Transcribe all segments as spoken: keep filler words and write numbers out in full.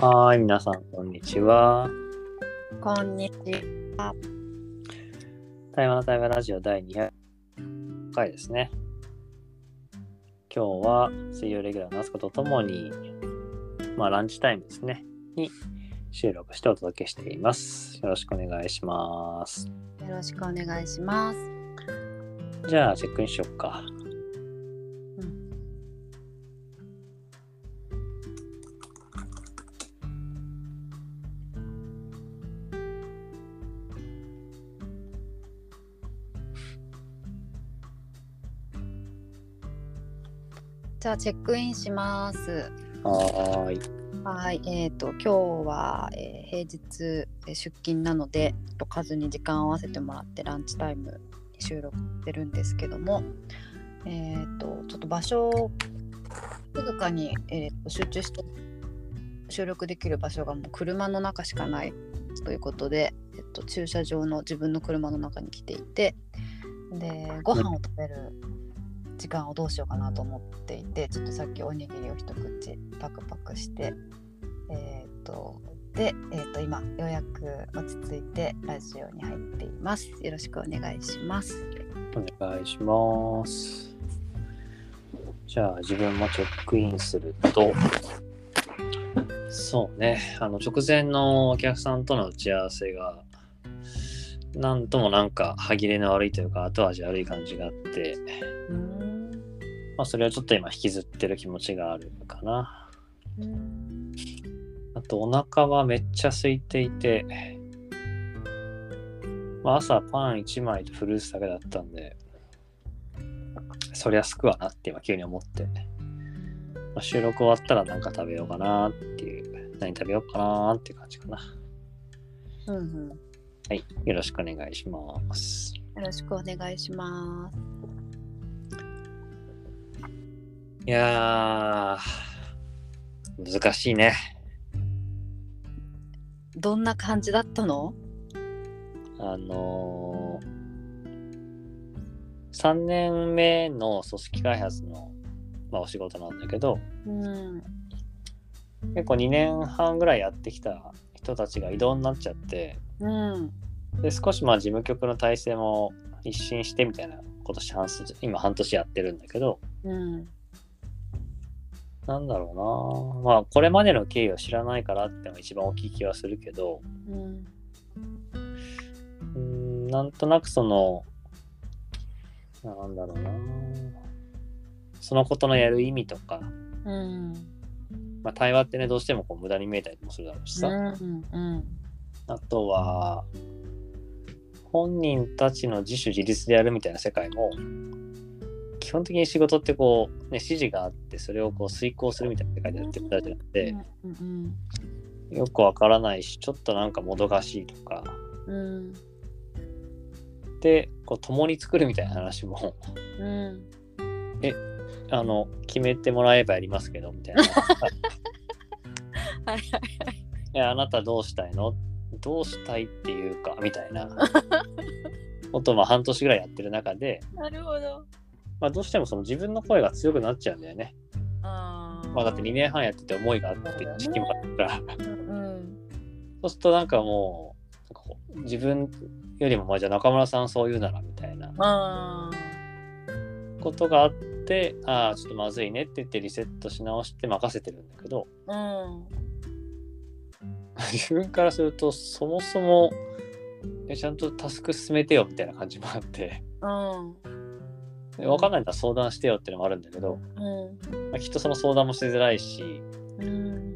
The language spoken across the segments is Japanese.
はーい、皆さん、こんにちは。 こんにちは。 台湾の台湾ラジオだいにひゃくかいですね。今日は水曜レギュラーのあすことともに、まあ、ランチタイムですね、に収録してお届けしています。よろしくお願いします。 よろしくお願いします。 じゃあ、チェックインしよっか。 うん、じゃあチェックインします。 はーい。 はい、えっ、ー、と今日は、えー、平日出勤なので、と数に時間を合わせてもらってランチタイムに収録してるんですけども、えっ、ー、とちょっと場所を静かに、えー、と集中して収録できる場所がもう車の中しかないということで、えっと、駐車場の自分の車の中に来ていて、でご飯を食べる時間をどうしようかなと思っていて、ちょっとさっきおにぎりを一口パクパクして、えー、とで、えー、と今ようやく落ち着いてラジオに入っています。よろしくお願いします。 お願いします。じゃあ、自分もチェックインすると、そうね、あの直前のお客さんとの打ち合わせがなんともなんか歯切れの悪いというか後味悪い感じがあって、 うーん、 まあ、それはちょっと今引きずってる気持ちがあるかな。 うーん、 あとお腹はめっちゃ空いていて、まあ、朝パンいちまいとフルーツだけだったんで、そりゃすくわなって今急に思って、まあ、収録終わったらなんか食べようかなっていう、何食べようかなっていう感じかな。 うんうん、 はい、よろしくお願いします。 よろしくお願いします。 いやー、難しいね。 どんな感じだったの？ あのー、さんねんめの組織開発の、まあ、お仕事なんだけど、 うん、 結構にねんはんぐらいやってきた人たちが異動になっちゃって、 うん、 で少しまあ事務局の体制も一新してみたいなことして今半年やってるんだけど、 うん、 なんだろうな、まあこれまでの経緯を知らないからってのが一番大きい気はするけど、 うん、 うーん、なんとなくそのなんだろうな、そのことのやる意味とか、 うん、 まあ、対話ってねどうしてもこう無駄に見えたりもするだろうしさ、 うんうん、 あとは本人たちの自主自立でやるみたいな世界も基本的に仕事ってこう、ね、指示があってそれをこう遂行するみたいな世界でやってる形なので、 うんうん、 よくわからないしちょっとなんかもどかしいとか、 うん、 でこう共に作るみたいな話も、 うん、 えあの決めてもらえばやりますけどみたいなはいはいはい、 いやあなたどうしたいのどうしたいっていうかみたいなことをまあ半年ぐらいやってる中で、 なるほど、 まあ、どうしてもその自分の声が強くなっちゃうんだよね。 あ、 まあだってにねんはんやってて思いがあって時期もあったから、 うん、 そうするとなんかもうなんかこう自分よりもまあじゃあ中村さんそう言うならみたいなあことがあって、ああちょっとまずいねって言ってリセットし直して任せてるんだけど、 うん、 自分からするとそもそもえちゃんとタスク進めてよみたいな感じもあって、 うん、 分かんないんだら相談してよっていうのもあるんだけど、 うん、 まあ、きっとその相談もしづらいし、 うん、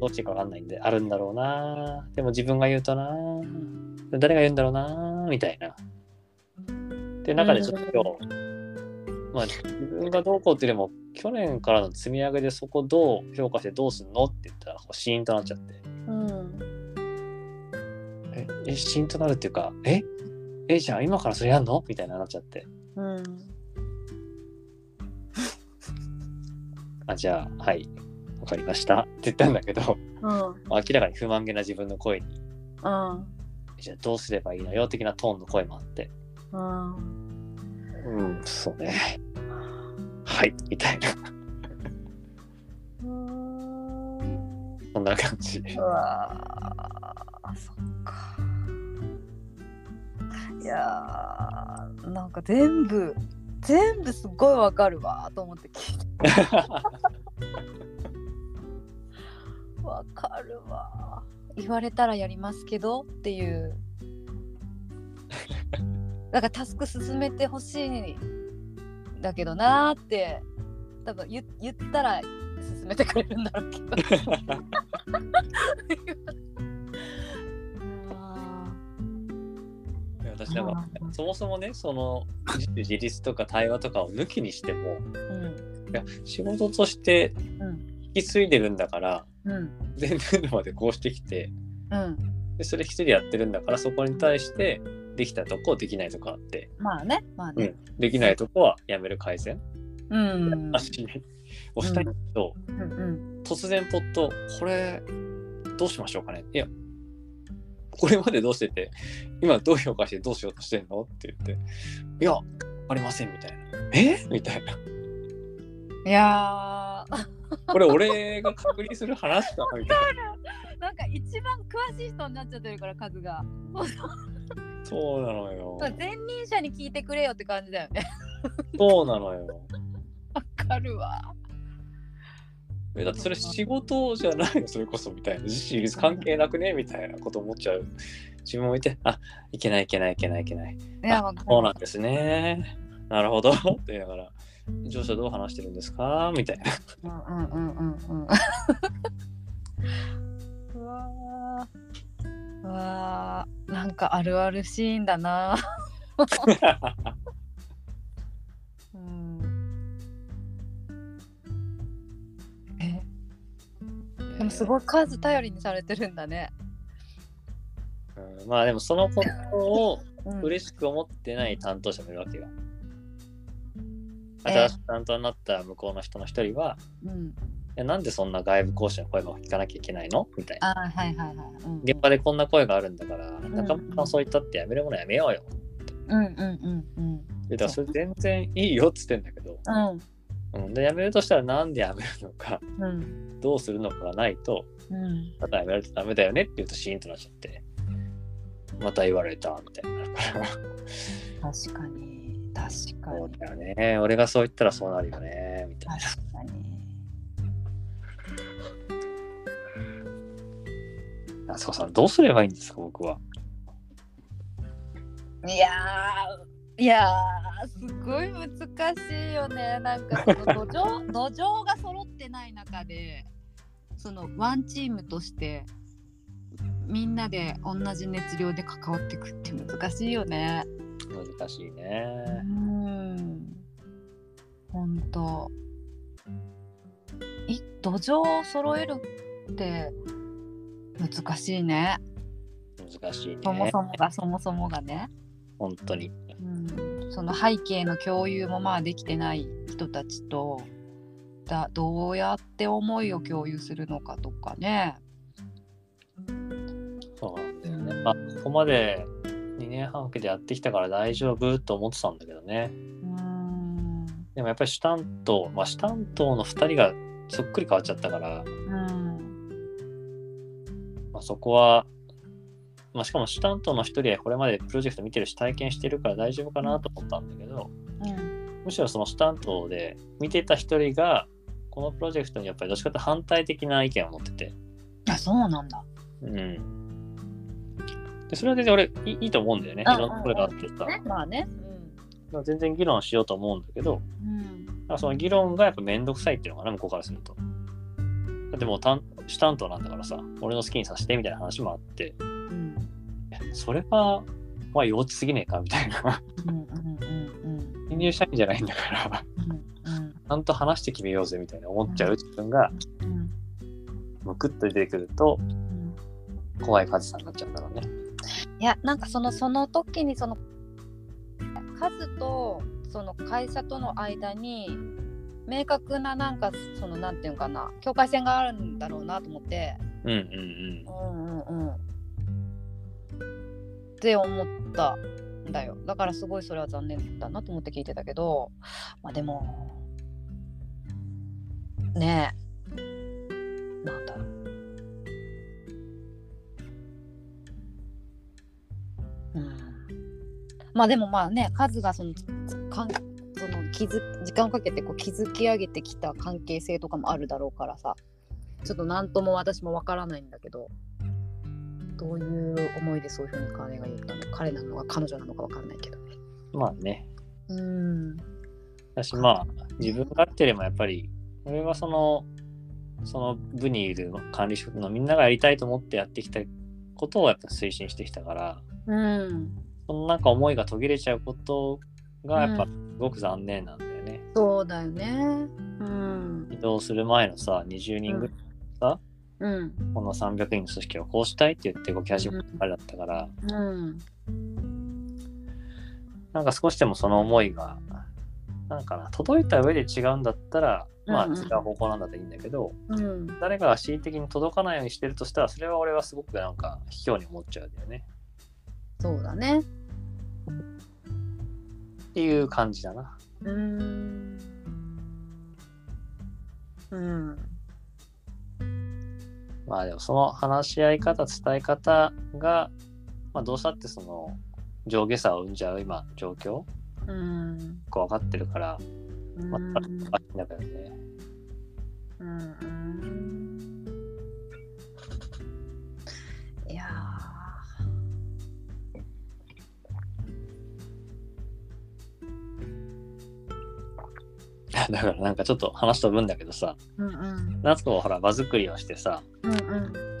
どっちか分かんないんであるんだろうな、でも自分が言うとな、誰が言うんだろうなみたいなで中でちょっと今日、うん、まあ自分がどうこうっていうよりも去年からの積み上げでそこどう評価してどうすんのって言ったらシーンとなっちゃって、 うん、 ええシーンとなるっていうかええじゃあ今からそれやんのみたいななっちゃって、 うん、 あじゃあはいわかりましたって言ったんだけど、 うん、 明らかに不満げな自分の声に、 うん、 じゃあどうすればいいのよ的なトーンの声もあって、 うん、 うんそうねはいみたいなそんな感じ。 うわー、そっか。いやー、なんか全部全部すごいわかるわと思って聞いてわかるわ、言われたらやりますけどっていう。だからタスク進めてほしいんだけどなーって多分 言, 言ったら進めてくれるんだろうけど私なんかそもそもね、その自立とか対話とかを抜きにしても、うん、いや仕事として引き継いでるんだから、うん、前年度までこうしてきて、うん、でそれ一人でやってるんだから、そこに対してできたとこできないとこあって、 まあねまあね、 うん、できないとこはやめる改善、うん、足をしたいけど、うんうんうん、突然ポッとこれどうしましょうかね、いやこれまでどうしてて今どう評価してどうしようとしてんのって言って、いやありませんみたいな、えみたいな、 いやこれ俺が確認する話かみたいななんか一番詳しい人になっちゃってるから数がそうなのよ、 前任者に聞いてくれよって感じだよねそうなのよ、 わかるわ。 えだってそれ仕事じゃないのそれこそみたいな、自身関係なくねみたいなこと思っちゃう自分もいて、あいけないいけないいけないいけない、いやそうなんですね、なるほどって言いながら、上司はどう話してるんですかみたいな、うんうんうんうんうんうわーうわー、なんかあるあるシーンだなうん、えでもすごい数頼りにされてるんだね、 うん、まあでもそのことを嬉しく思ってない担当者もいるわけよ、うん、新しく担当になった向こうの人の一人は、うん、いやなんでそんな外部講師の声も聞かなきゃいけないのみたいな、あ、はいはいはい、うん、現場でこんな声があるんだから、うん、仲間さんそう言ったってやめるものやめようよ、うんうんうんうん、でだからそれ全然いいよっつってんだけど、うんうん、でやめるとしたらなんでやめるのか、うん、どうするのかがないと、うん、ただやめるとダメだよねって言うとシーンとなっちゃって、また言われたみたいになるから確かに確かにそうだよね、俺がそう言ったらそうなるよねみたいな、確かに。あそこさんどうすればいいんですか僕は。 いやーいやーすごい難しいよね。なんかその土壌土壌が揃ってない中でそのワンチームとしてみんなで同じ熱量で関わっていくって難しいよね。 難しいね。 うん。本当。い土壌を揃えるって難しいね。 難しいね。 そもそもがそもそもがね。 本当に。 うん。その背景の共有もまあできてない人たちとだどうやって思いを共有するのかとかね。 そうなんだよね。まあここまでにねんはんでやってきたから大丈夫と思ってたんだけどね。うーん。でもやっぱり主担当、まあ主担当のふたりがそっくり変わっちゃったから、うんまあ、そこは、まあ、しかも主担当のひとりはこれまでプロジェクト見てるし体験してるから大丈夫かなと思ったんだけど、うん、むしろその主担当で見てたひとりがこのプロジェクトにやっぱりどっちかというと反対的な意見を持ってて。 あ、そうなんだ。 うん。でそれは全然俺い い, いいと思うんだよね。いろんな声があってさ。 ね、まあね。 うん、全然議論しようと思うんだけど、うん、だからその議論がやっぱめんどくさいっていうのかな、向こうからすると。だってもう担主担当なんだからさ、俺の好きにさせてみたいな話もあって、うん、いやそれはまあ幼稚すぎねえかみたいな。うんうんうんうん。新入社員じゃないんだから、うんうん、ちゃんと話して決めようぜみたいな思っちゃう自分が、うん、むくっと出てくると、うん、怖いカズさんになっちゃうんだろうね。 いやなんかそのその時にそのカズとその会社との間に明確ななんかそのなんていうかな境界線があるんだろうなと思って、うんうんうんうんうんうんって思ったんだよ。だからすごいそれは残念だなと思って聞いてたけど、まあでもねえなんだろうまあでもまあね、数がそのかんその気づ時間をかけてこう築き上げてきた関係性とかもあるだろうからさ、ちょっと何とも私もわからないんだけど、どういう思いでそういうふうに彼が言ったのか、彼なのか彼女なのかわかんないけどね。 まあね。 うーん。 私まあ自分があってればやっぱり俺はそのその部にいる管理職のみんながやりたいと思ってやってきたことをやっぱ推進してきたから、 うん。 そのなんか思いが途切れちゃうことがやっぱすごく残念なんだよね。 そうだよね。うん。 移動する前のさにじゅうにんぐらいさ、 うん。 このさんびゃくにんの組織をこうしたいって言って動き始めたからだったから、 うん。 なんか少しでもその思いがなんかな届いた上で違うんだったら、まあうんうん違う方向なんだといいんだけど、 うん。 誰かが恣意的に届かないようにしてるとしたら、それは俺はすごくなんか卑怯に思っちゃうんだよね。 そうだね。 っていう感じだな。 うーん。うん。 まあでもその話し合い方、伝え方が、まあどうしたってその上下差を生んじゃう今状況、 うん。 こう分かってるから、 うん。 まあ、いいんだけどね。 うん。いやだからなんかちょっと話飛ぶんだけどさ、 ー。うんうん。 夏子はほら場作りをしてさ、 うんうん。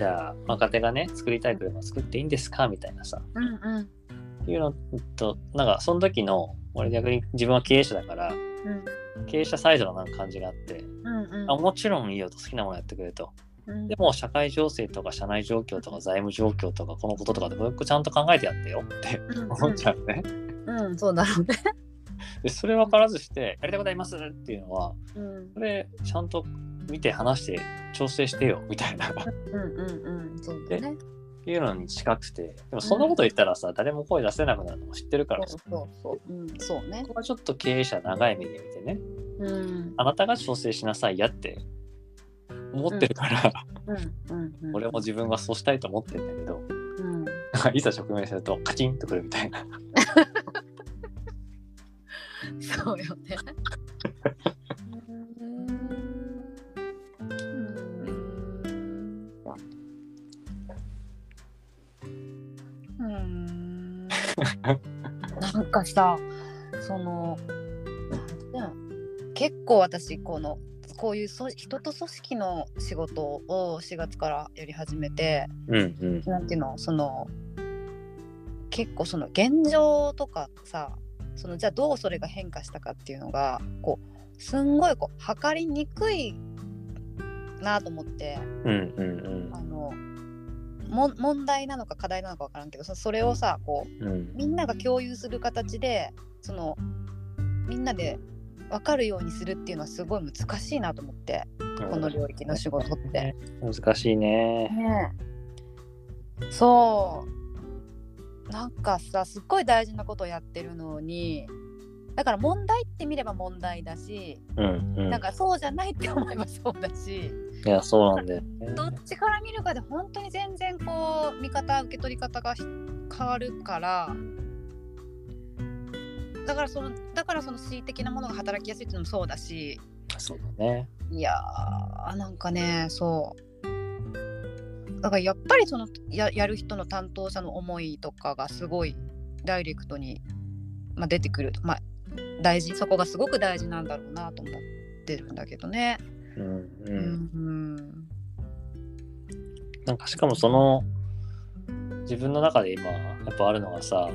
じゃあ若手がね作りたい車作っていいんですかみたいなさ、 うんうん。 っていうのと、なんかその時の俺逆に自分は経営者だから、 うん経営者サイドのなんか感じがあって、 うんうん。 あもちろんいいよと好きなものやってくれと。 うん。 でも社会情勢とか社内状況とか財務状況とかこのこととかでもう一個ちゃんと考えてやってよって思っちゃうね。 うんうん、そうだろうね。 でそれ分からずしてやりたいことありますっていうのは、 うん。 それちゃんと見て話して調整してよみたいなっうんうんうん、そうだね。 ていうのに近くて、でもそんなこと言ったらさ、誰も声出せなくなるのも知ってるからさ、 そうそうそう。うん、そうね。 ここはちょっと経営者長い目で見てね、 うん。 あなたが調整しなさいやって思ってるから、 うんうんうん。 俺も自分はそうしたいと思ってるんだけど、 うん。 いざ直面するとカチンとくるみたいな。 そうよね。うん。なんかさ、その結構私このこういうそ人と組織の仕事をしがつからやり始めて、 うんうん、 なんていうの、その結構その現状とかさ、そのじゃあどうそれが変化したかっていうのがこうすんごいこう測りにくいなと思って、 うんうんうん、 あのも問題なのか課題なのか分からんけど、そそれをさこう、うん、みんなが共有する形でそのみんなで分かるようにするっていうのはすごい難しいなと思って、この領域の仕事って難しいね。 ねえ、そうなんかさすっごい大事なことをやってるのに、だから問題って見れば問題だし、うんうん、なんかそうじゃないって思えばそうだし、 いやそうなんだよね。 どっちから見るかで本当に全然こう見方受け取り方が変わるから、だからそのだからその恣意的なものが働きやすいっていうのもそうだし、 そうだね。 いやーなんかね、そうだからやっぱりその や, やる人の担当者の思いとかがすごいダイレクトに、まあ、出てくる、まあ、大事、そこがすごく大事なんだろうなと思ってるんだけどね。 うんうんうん、 なんかしかもその自分の中で今やっぱあるのがさ、うん、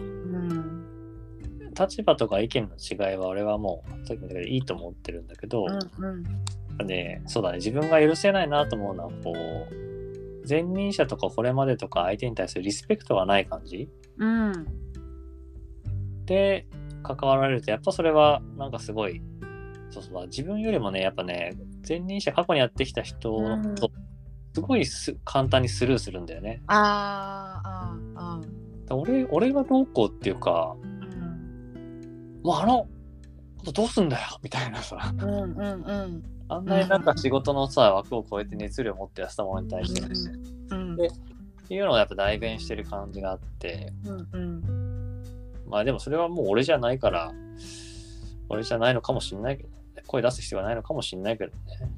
立場とか意見の違いは俺はもうさっきも言ったけどいいと思ってるんだけど、うんうん、ね、そうだね、自分が許せないなと思うのはこう前任者とかこれまでとか相手に対するリスペクトがない感じ、うん、で関わられるとやっぱそれはなんかすごい、そうそう、自分よりもねやっぱね前任者過去にやってきた人のことすごいす簡単にスルーするんだよね。 ああああ、 俺俺がどうこうっていうか、うん、もうあのことどうすんだよみたいなさ、うんうんうん、あんなになんか仕事のさ枠を超えて熱量を持ってやったものに対して、うんうん、でっていうのをやっぱ代弁してる感じがあって、うんうん、 まあでもそれはもう俺じゃないから、俺じゃないのかもしんないけど、ね、声出す必要はないのかもしんないけどね。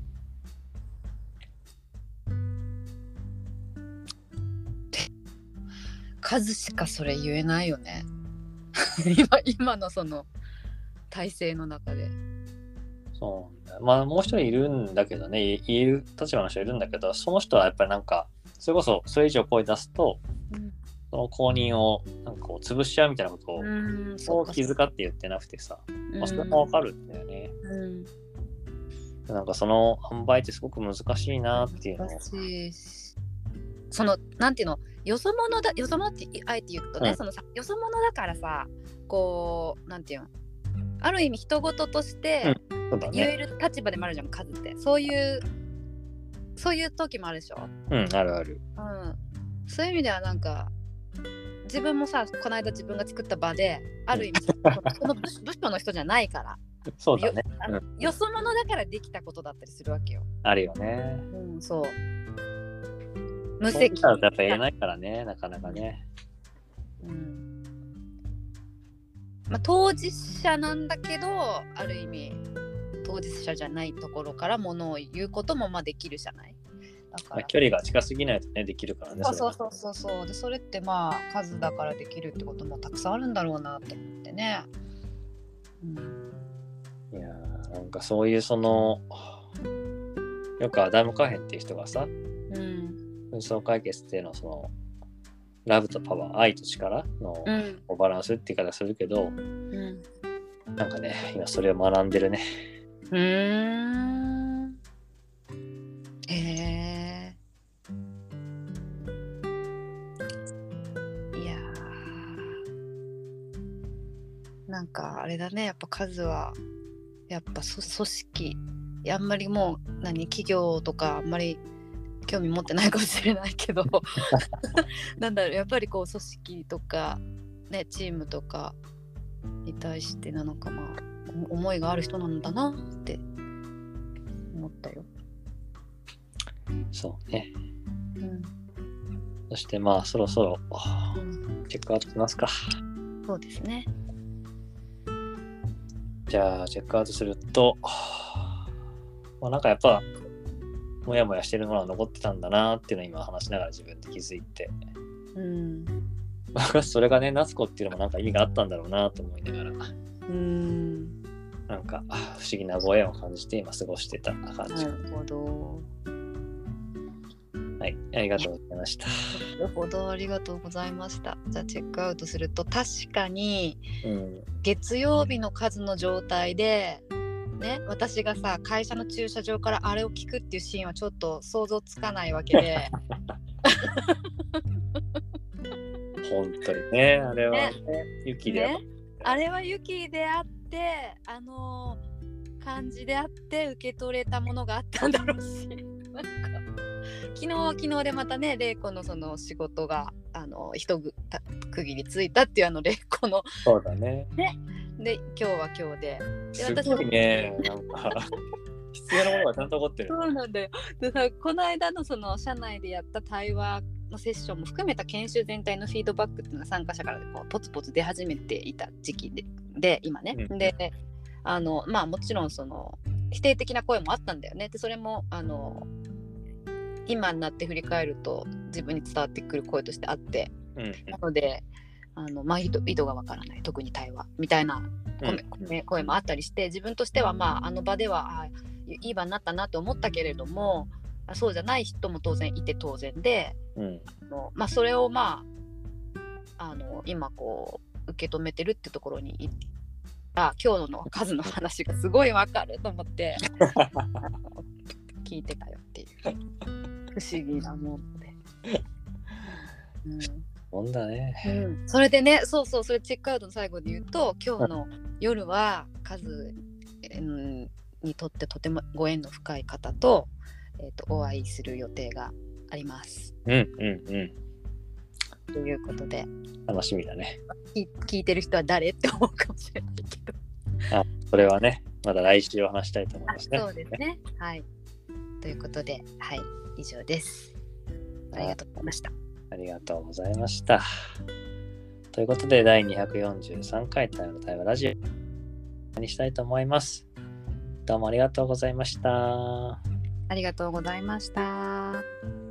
数しかそれ言えないよね。今今のその体制の中で。 そうなんだ。まあもう一人いるんだけどね、言える立場の人いるんだけど、その人はやっぱりなんか、それこそそれ以上声出すと、うん、その公認をなんかこう潰しちゃうみたいなことを、うん、そう気遣って言ってなくてさ、うん、まあそれもわかるんだよね。うん、なんかその販売ってすごく難しいなっていうのを。難しい。 そのなんていうの、よそ者だ、よそ者ってあえて言うとね、うん、そのさ、よそ者だからさ、こうなんていうの、ある意味人事として言える立場でもあるじゃん、数って。そういうそういう時もあるでしょ。 うん、あるある。 うん。そういう意味ではなんか自分もさ、この間自分が作った場である意味その部署の人じゃないから。 そうだね。 よ、うん、よそ者だからできたことだったりするわけよ。あるよね。 うん、そう。無責任。やっぱ言えないからね、なかなかね。 うん。まあ、当事者なんだけど、ある意味当事者じゃないところからものを言うこともまあできるじゃない。だから、まあ、 距離が近すぎないとねできるからね。 そうそうそうそうそう。でそれってまあ数だからできるってこともたくさんあるんだろうなって思ってね。 うん、いやーなんかそういうそのよくアダム・カヘンっていう人がさ、うん、紛争解決っていうのはそのラブとパワー、愛と力のバランスって言い方するけど、うん、なんかね今それを学んでるね。 うーん。へえ。いやーなんかあれだね、やっぱ数はやっぱ組織、あんまりもう何企業とかあんまり興味持ってないかもしれないけどなんだろう、やっぱりこう組織とかねチームとかに対してなのか、まあ思いがある人なんだなって思ったよ。 そうね、うん、そしてまあそろそろ、うん、チェックアウトしますか。 そうですね。 じゃあチェックアウトすると、まあ、なんかやっぱモヤモヤしてるものは残ってたんだなっていうのを今話しながら自分で気づいて、うん、それがね夏子っていうのもなんか意味があったんだろうなと思いながら、うん、なんか不思議なご縁を感じて今過ごしてた感じ。 なるほど。 はい、ありがとうございました。 なるほど、ありがとうございました。じゃあチェックアウトすると、確かに月曜日の数の状態で、ね、私がさ会社の駐車場からあれを聞くっていうシーンはちょっと想像つかないわけで本当にね、あれはね、雪で、ね、 あれは雪であって、あの感じであって受け取れたものがあったんだろうしなんか昨日は昨日でまたね、玲子のその仕事があの一区切りついたっていうあの玲子のそうだね。 ね、で今日は今日で、 ですごいね、なんか必要なものがちゃんと起こってる。 そうなんだよ。でさ、この間のその社内でやった対話のセッションも含めた研修全体のフィードバックっていうのが参加者からこうポツポツ出始めていた時期 で, で今ね、うん、であのまあもちろんその否定的な声もあったんだよね。でそれもあの今になって振り返ると自分に伝わってくる声としてあって、うん、なのであの、まあ、意図、意図がわからない、特に対話みたいな声、うん、声もあったりして、自分としては、まあ、あの場ではあいい場になったなと思ったけれども、そうじゃない人も当然いて当然で、うん、あのまあ、それを、まあ、あの今こう受け止めてるってところにあ今日の数の話がすごいわかると思って聞いてたよっていう不思議なもんで、 うんもんだね、 うん、それでね、そうそう、それチェックアウトの最後で言うと、今日の夜は数、うん、にとってとてもご縁の深い方と、えーと、お会いする予定があります。 うんうんうん。 ということで楽しみだね。 聞いてる人は誰って思うかもしれないけどあ、それはね、まだ来週お話したいと思いますね。 そうですね。はい。ということで、はい、以上です。ありがとうございました。 ありがとうございました。 ということで、だいにひゃくよんじゅうさんかい対話の対話ラジオにしたいと思います。どうもありがとうございました。 ありがとうございました。